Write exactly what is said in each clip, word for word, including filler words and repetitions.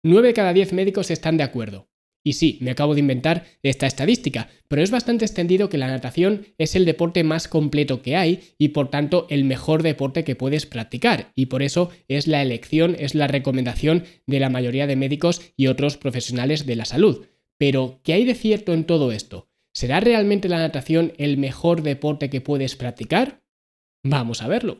nueve de cada diez médicos están de acuerdo. Y sí, me acabo de inventar esta estadística, pero es bastante extendido que la natación es el deporte más completo que hay y por tanto el mejor deporte que puedes practicar, y por eso es la elección, es la recomendación de la mayoría de médicos y otros profesionales de la salud. Pero, ¿qué hay de cierto en todo esto? ¿Será realmente la natación el mejor deporte que puedes practicar? Vamos a verlo.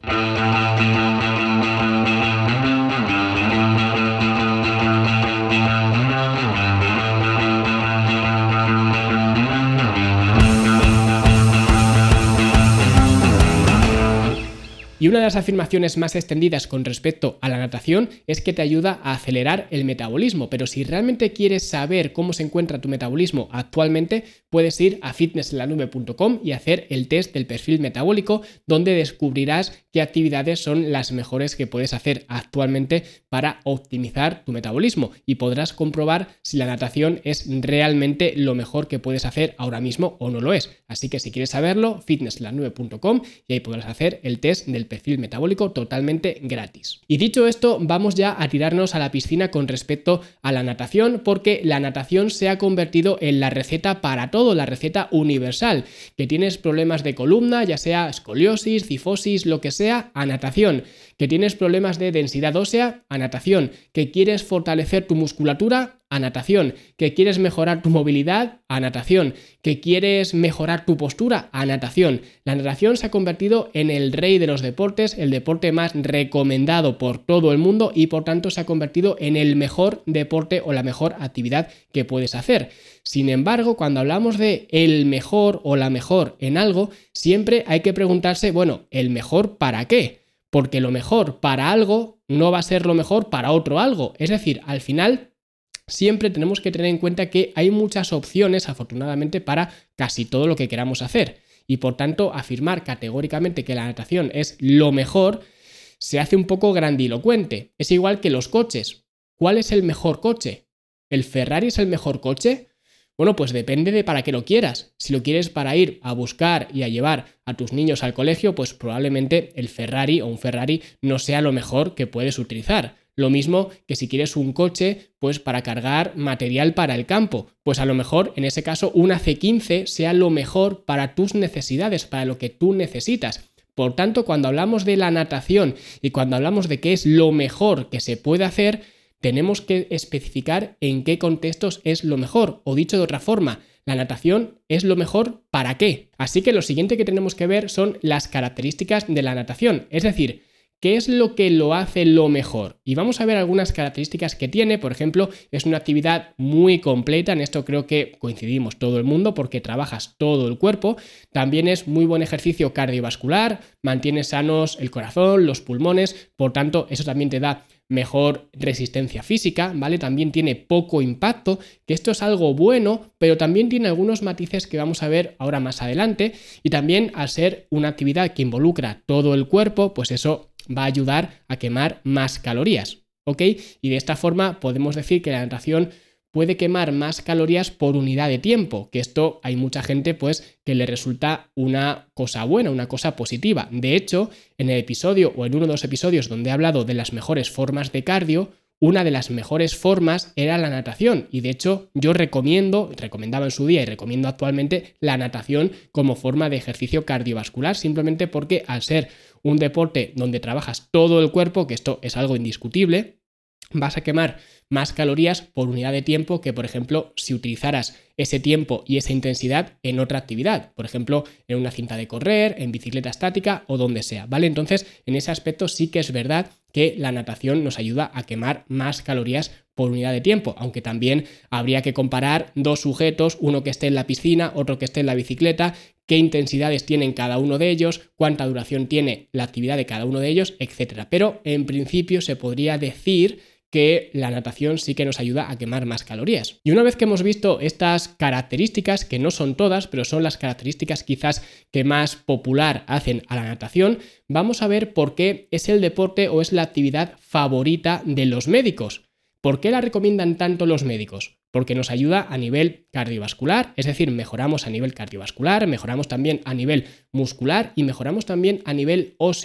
Y una de las afirmaciones más extendidas con respecto a la natación es que te ayuda a acelerar el metabolismo, pero si realmente quieres saber cómo se encuentra tu metabolismo actualmente, puedes ir a fitness en la nube punto com y hacer el test del perfil metabólico, donde descubrirás qué actividades son las mejores que puedes hacer actualmente para optimizar tu metabolismo, y podrás comprobar si la natación es realmente lo mejor que puedes hacer ahora mismo o no lo es. Así que si quieres saberlo, fitness en la nube punto com, y ahí podrás hacer el test del perfil metabólico totalmente gratis. Y dicho esto, vamos ya a tirarnos a la piscina con respecto a la natación, porque la natación se ha convertido en la receta para todo, la receta universal. Que tienes problemas de columna, ya sea escoliosis, cifosis, lo que sea, a natación. Que tienes problemas de densidad ósea, a natación. Que quieres fortalecer tu musculatura, a natación. Que quieres mejorar tu movilidad, a natación. Que quieres mejorar tu postura, a natación. La natación se ha convertido en el rey de los deportes, el deporte más recomendado por todo el mundo, y por tanto se ha convertido en el mejor deporte o la mejor actividad que puedes hacer. Sin embargo, cuando hablamos de el mejor o la mejor en algo, siempre hay que preguntarse, bueno, ¿el mejor para qué? Porque lo mejor para algo no va a ser lo mejor para otro algo. Es decir, al final siempre tenemos que tener en cuenta que hay muchas opciones, afortunadamente, para casi todo lo que queramos hacer. Y por tanto, afirmar categóricamente que la natación es lo mejor se hace un poco grandilocuente. Es igual que los coches. ¿Cuál es el mejor coche? ¿El Ferrari es el mejor coche? Bueno, pues depende de para qué lo quieras. Si lo quieres para ir a buscar y a llevar a tus niños al colegio, pues probablemente el Ferrari o un Ferrari no sea lo mejor que puedes utilizar. Lo mismo que si quieres un coche, pues para cargar material para el campo. Pues a lo mejor, en ese caso, una ce quince sea lo mejor para tus necesidades, para lo que tú necesitas. Por tanto, cuando hablamos de la natación y cuando hablamos de qué es lo mejor que se puede hacer, tenemos que especificar en qué contextos es lo mejor. O dicho de otra forma, la natación es lo mejor ¿para qué? Así que lo siguiente que tenemos que ver son las características de la natación. Es decir, ¿qué es lo que lo hace lo mejor? Y vamos a ver algunas características que tiene. Por ejemplo, es una actividad muy completa. En esto creo que coincidimos todo el mundo porque trabajas todo el cuerpo. También es muy buen ejercicio cardiovascular, mantiene sanos el corazón, los pulmones. Por tanto, eso también te da mejor resistencia física, ¿vale? También tiene poco impacto, que esto es algo bueno, pero también tiene algunos matices que vamos a ver ahora más adelante. Y también, al ser una actividad que involucra todo el cuerpo, pues eso va a ayudar a quemar más calorías, ¿ok? Y de esta forma podemos decir que la natación puede quemar más calorías por unidad de tiempo, que esto hay mucha gente pues que le resulta una cosa buena, una cosa positiva. De hecho, en el episodio o en uno de los episodios donde he hablado de las mejores formas de cardio, una de las mejores formas era la natación, y de hecho yo recomiendo, recomendaba en su día y recomiendo actualmente la natación como forma de ejercicio cardiovascular, simplemente porque al ser un deporte donde trabajas todo el cuerpo, que esto es algo indiscutible, vas a quemar más calorías por unidad de tiempo que, por ejemplo, si utilizaras ese tiempo y esa intensidad en otra actividad, por ejemplo, en una cinta de correr, en bicicleta estática o donde sea, ¿vale? Entonces, en ese aspecto sí que es verdad que la natación nos ayuda a quemar más calorías por unidad de tiempo, aunque también habría que comparar dos sujetos, uno que esté en la piscina, otro que esté en la bicicleta, qué intensidades tienen cada uno de ellos, cuánta duración tiene la actividad de cada uno de ellos, etcétera. Pero en principio se podría decir que la natación sí que nos ayuda a quemar más calorías. Y una vez que hemos visto estas características, que no son todas, pero son las características quizás que más popular hacen a la natación, vamos a ver por qué es el deporte o es la actividad favorita de los médicos. ¿Por qué la recomiendan tanto los médicos? Porque nos ayuda a nivel cardiovascular, es decir, mejoramos a nivel cardiovascular, mejoramos también a nivel muscular y mejoramos también a nivel óseo.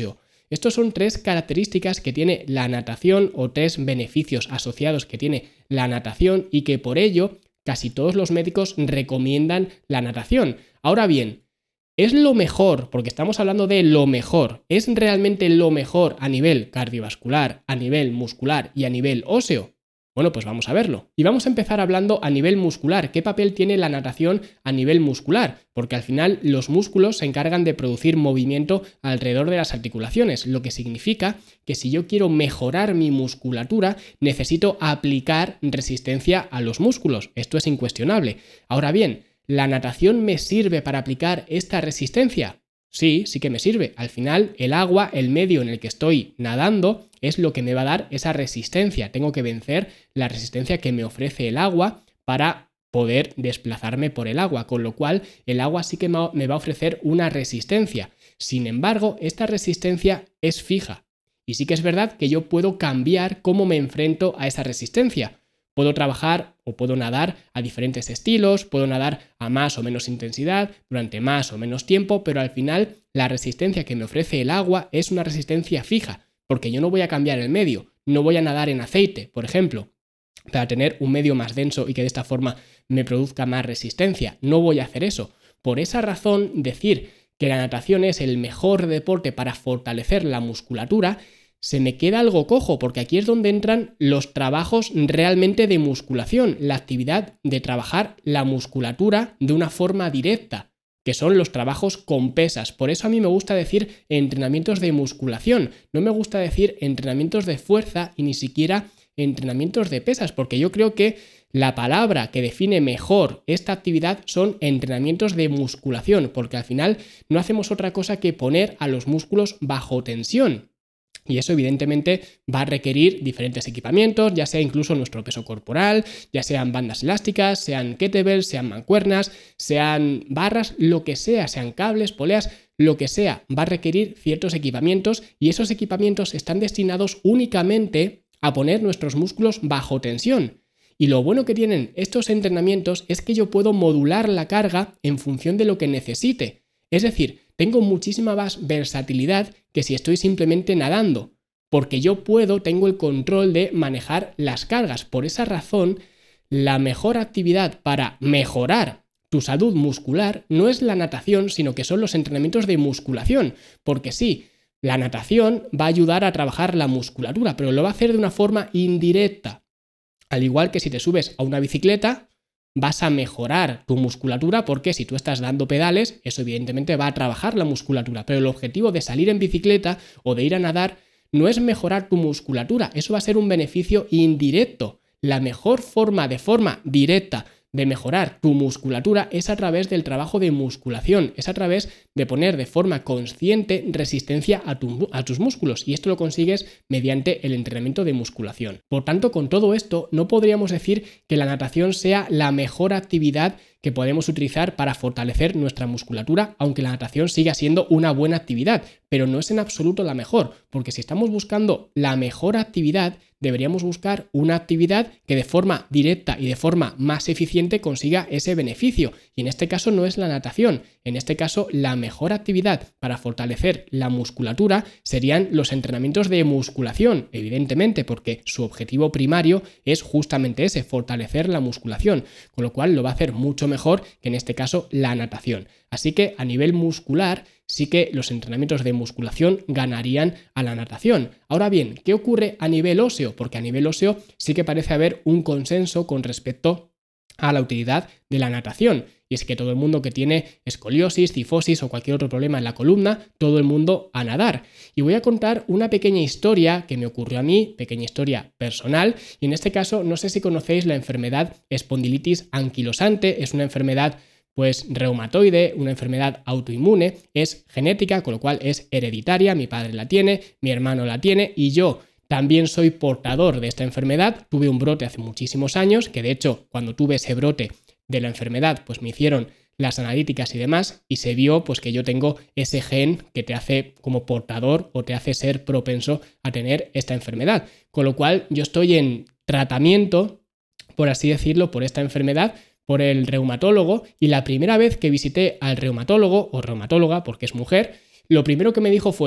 Estos son tres características que tiene la natación o tres beneficios asociados que tiene la natación y que por ello casi todos los médicos recomiendan la natación. Ahora bien, ¿es lo mejor, porque estamos hablando de lo mejor, es realmente lo mejor a nivel cardiovascular, a nivel muscular y a nivel óseo? Bueno, pues vamos a verlo. Y vamos a empezar hablando a nivel muscular. ¿Qué papel tiene la natación a nivel muscular? Porque al final los músculos se encargan de producir movimiento alrededor de las articulaciones, lo que significa que si yo quiero mejorar mi musculatura, necesito aplicar resistencia a los músculos. Esto es incuestionable. Ahora bien, ¿la natación me sirve para aplicar esta resistencia? Sí, sí que me sirve. Al final, el agua, el medio en el que estoy nadando, es lo que me va a dar esa resistencia. Tengo que vencer la resistencia que me ofrece el agua para poder desplazarme por el agua, con lo cual el agua sí que me va a ofrecer una resistencia. Sin embargo, esta resistencia es fija. Y sí que es verdad que yo puedo cambiar cómo me enfrento a esa resistencia. Puedo trabajar o puedo nadar a diferentes estilos, puedo nadar a más o menos intensidad, durante más o menos tiempo, pero al final la resistencia que me ofrece el agua es una resistencia fija, porque yo no voy a cambiar el medio, no voy a nadar en aceite, por ejemplo, para tener un medio más denso y que de esta forma me produzca más resistencia. No voy a hacer eso. Por esa razón, decir que la natación es el mejor deporte para fortalecer la musculatura se me queda algo cojo, porque aquí es donde entran los trabajos realmente de musculación, la actividad de trabajar la musculatura de una forma directa, que son los trabajos con pesas. Por eso a mí me gusta decir entrenamientos de musculación, no me gusta decir entrenamientos de fuerza y ni siquiera entrenamientos de pesas, porque yo creo que la palabra que define mejor esta actividad son entrenamientos de musculación, porque al final no hacemos otra cosa que poner a los músculos bajo tensión. Y eso evidentemente va a requerir diferentes equipamientos, ya sea incluso nuestro peso corporal, ya sean bandas elásticas, sean kettlebells, sean mancuernas, sean barras, lo que sea, sean cables, poleas, lo que sea, va a requerir ciertos equipamientos y esos equipamientos están destinados únicamente a poner nuestros músculos bajo tensión. Y lo bueno que tienen estos entrenamientos es que yo puedo modular la carga en función de lo que necesite. Es decir, tengo muchísima más versatilidad que si estoy simplemente nadando, porque yo puedo, tengo el control de manejar las cargas. Por esa razón, la mejor actividad para mejorar tu salud muscular no es la natación, sino que son los entrenamientos de musculación, porque sí, la natación va a ayudar a trabajar la musculatura, pero lo va a hacer de una forma indirecta. Al igual que si te subes a una bicicleta, vas a mejorar tu musculatura porque si tú estás dando pedales, eso evidentemente va a trabajar la musculatura. Pero el objetivo de salir en bicicleta o de ir a nadar no es mejorar tu musculatura, eso va a ser un beneficio indirecto. La mejor forma, de forma directa, de mejorar tu musculatura es a través del trabajo de musculación, es a través de poner de forma consciente resistencia a, tu, a tus músculos y esto lo consigues mediante el entrenamiento de musculación. Por tanto, con todo esto no podríamos decir que la natación sea la mejor actividad que podemos utilizar para fortalecer nuestra musculatura, aunque la natación siga siendo una buena actividad, pero no es en absoluto la mejor, porque si estamos buscando la mejor actividad, deberíamos buscar una actividad que de forma directa y de forma más eficiente consiga ese beneficio. Y en este caso no es la natación, en este caso la mejor actividad para fortalecer la musculatura serían los entrenamientos de musculación, evidentemente, porque su objetivo primario es justamente ese, fortalecer la musculación, con lo cual lo va a hacer mucho mejor que en este caso la natación. Así que a nivel muscular sí que los entrenamientos de musculación ganarían a la natación. Ahora bien, ¿qué ocurre a nivel óseo? Porque a nivel óseo sí que parece haber un consenso con respecto a la utilidad de la natación. Y es que todo el mundo que tiene escoliosis, cifosis o cualquier otro problema en la columna, todo el mundo a nadar. Y voy a contar una pequeña historia que me ocurrió a mí, pequeña historia personal, y en este caso no sé si conocéis la enfermedad espondilitis anquilosante, es una enfermedad pues reumatoide, una enfermedad autoinmune, es genética, con lo cual es hereditaria, mi padre la tiene, mi hermano la tiene y yo también soy portador de esta enfermedad. Tuve un brote hace muchísimos años, que de hecho cuando tuve ese brote de la enfermedad pues me hicieron las analíticas y demás y se vio pues que yo tengo ese gen que te hace como portador o te hace ser propenso a tener esta enfermedad, con lo cual yo estoy en tratamiento, por así decirlo, por esta enfermedad, por el reumatólogo, y la primera vez que visité al reumatólogo o reumatóloga, porque es mujer, lo primero que me dijo fue: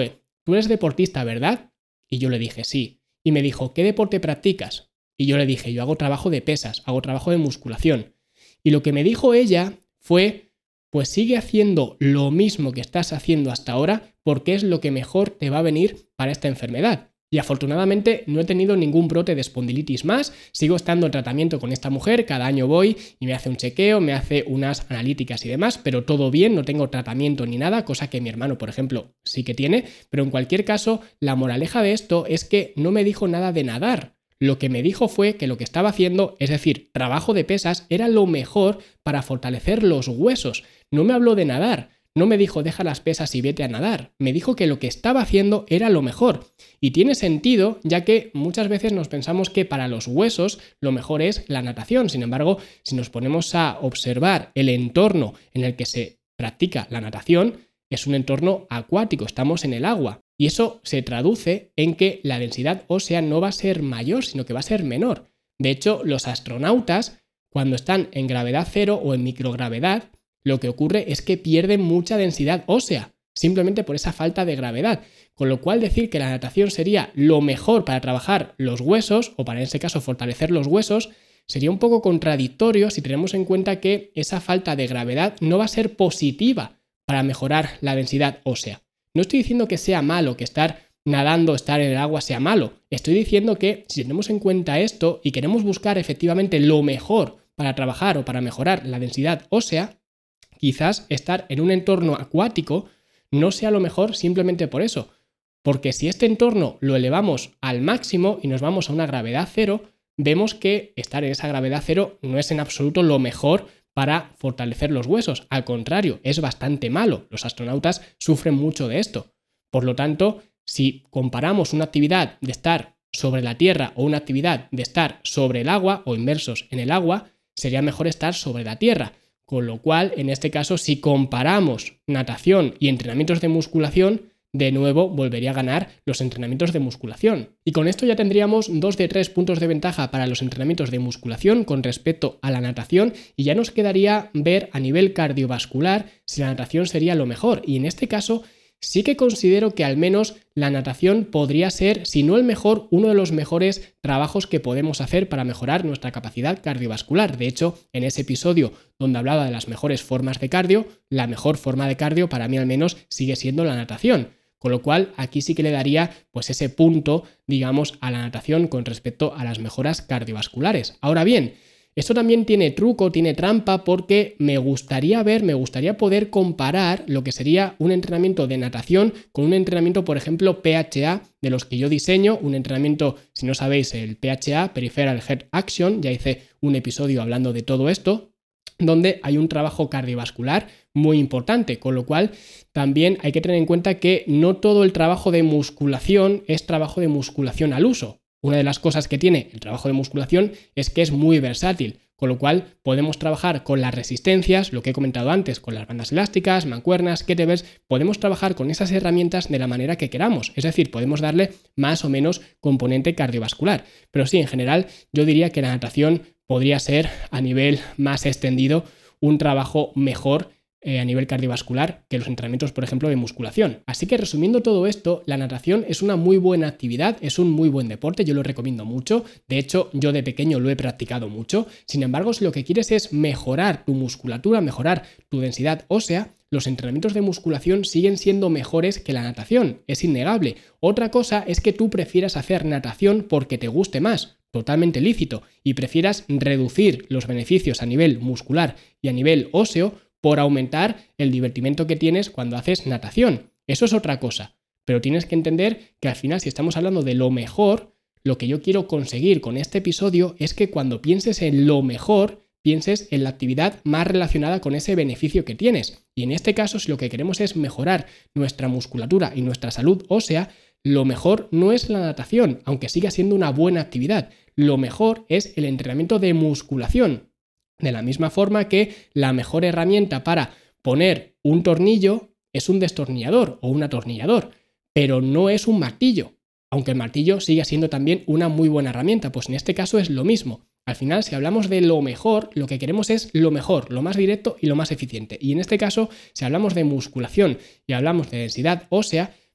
tú eres deportista, ¿verdad? Y yo le dije, sí. Y me dijo, ¿qué deporte practicas? Y yo le dije, yo hago trabajo de pesas, hago trabajo de musculación. Y lo que me dijo ella fue, pues sigue haciendo lo mismo que estás haciendo hasta ahora porque es lo que mejor te va a venir para esta enfermedad. Y afortunadamente no he tenido ningún brote de espondilitis más, sigo estando en tratamiento con esta mujer, cada año voy y me hace un chequeo, me hace unas analíticas y demás, pero todo bien, no tengo tratamiento ni nada, cosa que mi hermano, por ejemplo, sí que tiene, pero en cualquier caso, la moraleja de esto es que no me dijo nada de nadar. Lo que me dijo fue que lo que estaba haciendo, es decir, trabajo de pesas, era lo mejor para fortalecer los huesos. No me habló de nadar. No me dijo deja las pesas y vete a nadar, me dijo que lo que estaba haciendo era lo mejor. Y tiene sentido, ya que muchas veces nos pensamos que para los huesos lo mejor es la natación. Sin embargo, si nos ponemos a observar el entorno en el que se practica la natación, es un entorno acuático, estamos en el agua. Y eso se traduce en que la densidad ósea no va a ser mayor, sino que va a ser menor. De hecho, los astronautas, cuando están en gravedad cero o en microgravedad, lo que ocurre es que pierden mucha densidad ósea, simplemente por esa falta de gravedad. Con lo cual decir que la natación sería lo mejor para trabajar los huesos, o para en ese caso fortalecer los huesos, sería un poco contradictorio si tenemos en cuenta que esa falta de gravedad no va a ser positiva para mejorar la densidad ósea. No estoy diciendo que sea malo, que estar nadando, estar en el agua sea malo. Estoy diciendo que si tenemos en cuenta esto y queremos buscar efectivamente lo mejor para trabajar o para mejorar la densidad ósea, quizás estar en un entorno acuático no sea lo mejor simplemente por eso. Porque si este entorno lo elevamos al máximo y nos vamos a una gravedad cero, vemos que estar en esa gravedad cero no es en absoluto lo mejor para fortalecer los huesos. Al contrario, es bastante malo. Los astronautas sufren mucho de esto. Por lo tanto, si comparamos una actividad de estar sobre la Tierra o una actividad de estar sobre el agua o inmersos en el agua, sería mejor estar sobre la Tierra. Con lo cual, en este caso, si comparamos natación y entrenamientos de musculación, de nuevo volvería a ganar los entrenamientos de musculación. Y con esto ya tendríamos dos de tres puntos de ventaja para los entrenamientos de musculación con respecto a la natación y ya nos quedaría ver a nivel cardiovascular si la natación sería lo mejor. Y en este caso sí que considero que al menos la natación podría ser, si no el mejor, uno de los mejores trabajos que podemos hacer para mejorar nuestra capacidad cardiovascular. De hecho, en ese episodio donde hablaba de las mejores formas de cardio, la mejor forma de cardio para mí al menos sigue siendo la natación. Con lo cual, aquí sí que le daría pues ese punto, digamos, a la natación con respecto a las mejoras cardiovasculares. Ahora bien, esto también tiene truco, tiene trampa, porque me gustaría ver, me gustaría poder comparar lo que sería un entrenamiento de natación con un entrenamiento, por ejemplo, P H A, de los que yo diseño, un entrenamiento, si no sabéis, el P H A, Peripheral Heart Action, ya hice un episodio hablando de todo esto, donde hay un trabajo cardiovascular muy importante, con lo cual también hay que tener en cuenta que no todo el trabajo de musculación es trabajo de musculación al uso. Una de las cosas que tiene el trabajo de musculación es que es muy versátil, con lo cual podemos trabajar con las resistencias, lo que he comentado antes, con las bandas elásticas, mancuernas, kettlebells, podemos trabajar con esas herramientas de la manera que queramos, es decir, podemos darle más o menos componente cardiovascular. Pero sí, en general, yo diría que la natación podría ser a nivel más extendido un trabajo mejor Eh, a nivel cardiovascular que los entrenamientos, por ejemplo, de musculación. Así que resumiendo todo esto, la natación es una muy buena actividad, es un muy buen deporte, yo lo recomiendo mucho. De hecho, yo de pequeño lo he practicado mucho. Sin embargo, si lo que quieres es mejorar tu musculatura, mejorar tu densidad ósea, los entrenamientos de musculación siguen siendo mejores que la natación, es innegable. Otra cosa es que tú prefieras hacer natación porque te guste más, totalmente lícito, y prefieras reducir los beneficios a nivel muscular y a nivel óseo por aumentar el divertimento que tienes cuando haces natación. Eso es otra cosa, pero tienes que entender que al final, si estamos hablando de lo mejor, lo que yo quiero conseguir con este episodio es que cuando pienses en lo mejor, pienses en la actividad más relacionada con ese beneficio que tienes. Y en este caso, si lo que queremos es mejorar nuestra musculatura y nuestra salud ósea, lo mejor no es la natación, aunque siga siendo una buena actividad. Lo mejor es el entrenamiento de musculación. De la misma forma que la mejor herramienta para poner un tornillo es un destornillador o un atornillador, pero no es un martillo, aunque el martillo siga siendo también una muy buena herramienta, pues en este caso es lo mismo. Al final, si hablamos de lo mejor, lo que queremos es lo mejor, lo más directo y lo más eficiente. Y en este caso, si hablamos de musculación y hablamos de densidad ósea,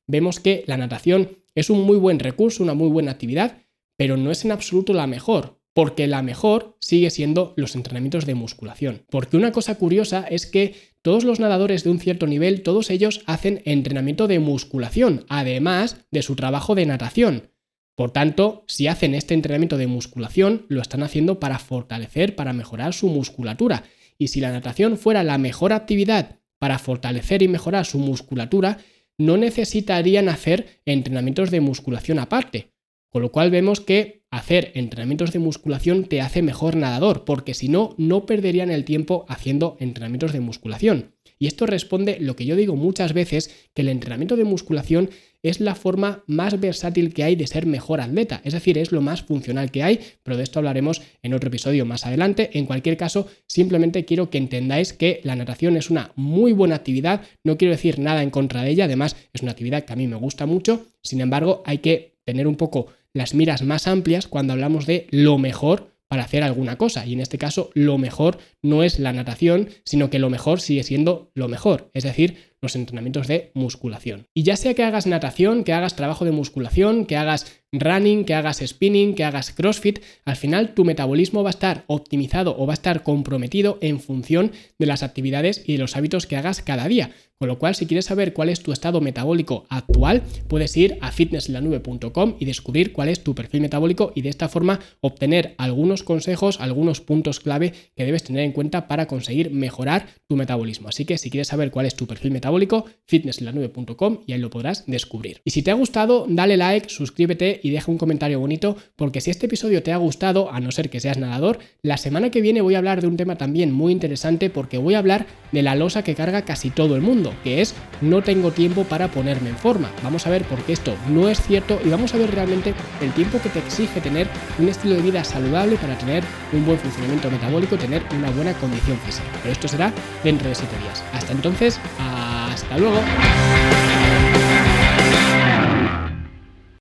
vemos que la natación es un muy buen recurso, una muy buena actividad, pero no es en absoluto la mejor, porque la mejor sigue siendo los entrenamientos de musculación. Porque una cosa curiosa es que todos los nadadores de un cierto nivel, todos ellos hacen entrenamiento de musculación, además de su trabajo de natación. Por tanto, si hacen este entrenamiento de musculación, lo están haciendo para fortalecer, para mejorar su musculatura. Y si la natación fuera la mejor actividad para fortalecer y mejorar su musculatura, no necesitarían hacer entrenamientos de musculación aparte. Con lo cual vemos que hacer entrenamientos de musculación te hace mejor nadador, porque si no, no perderían el tiempo haciendo entrenamientos de musculación. Y esto responde lo que yo digo muchas veces, que el entrenamiento de musculación es la forma más versátil que hay de ser mejor atleta, es decir, es lo más funcional que hay, pero de esto hablaremos en otro episodio más adelante. En cualquier caso, simplemente quiero que entendáis que la natación es una muy buena actividad, no quiero decir nada en contra de ella, además es una actividad que a mí me gusta mucho, sin embargo, hay que tener un poco las miras más amplias cuando hablamos de lo mejor para hacer alguna cosa, y en este caso lo mejor no es la natación, sino que lo mejor sigue siendo lo mejor, es decir, los entrenamientos de musculación. Y ya sea que hagas natación, que hagas trabajo de musculación, que hagas running, que hagas spinning, que hagas crossfit, al final tu metabolismo va a estar optimizado o va a estar comprometido en función de las actividades y de los hábitos que hagas cada día. Con lo cual, si quieres saber cuál es tu estado metabólico actual, puedes ir a fitness en la nube punto com y descubrir cuál es tu perfil metabólico y de esta forma obtener algunos consejos, algunos puntos clave que debes tener en cuenta para conseguir mejorar tu metabolismo. Así que si quieres saber cuál es tu perfil metabólico, fitness en la nube punto com y ahí lo podrás descubrir. Y si te ha gustado, dale like, suscríbete y deja un comentario bonito, porque si este episodio te ha gustado, a no ser que seas nadador, la semana que viene voy a hablar de un tema también muy interesante, porque voy a hablar de la losa que carga casi todo el mundo, que es no tengo tiempo para ponerme en forma. Vamos a ver por qué esto no es cierto y vamos a ver realmente el tiempo que te exige tener un estilo de vida saludable para tener un buen funcionamiento metabólico, tener una buena condición física. Pero esto será dentro de siete días. Hasta entonces, hasta luego.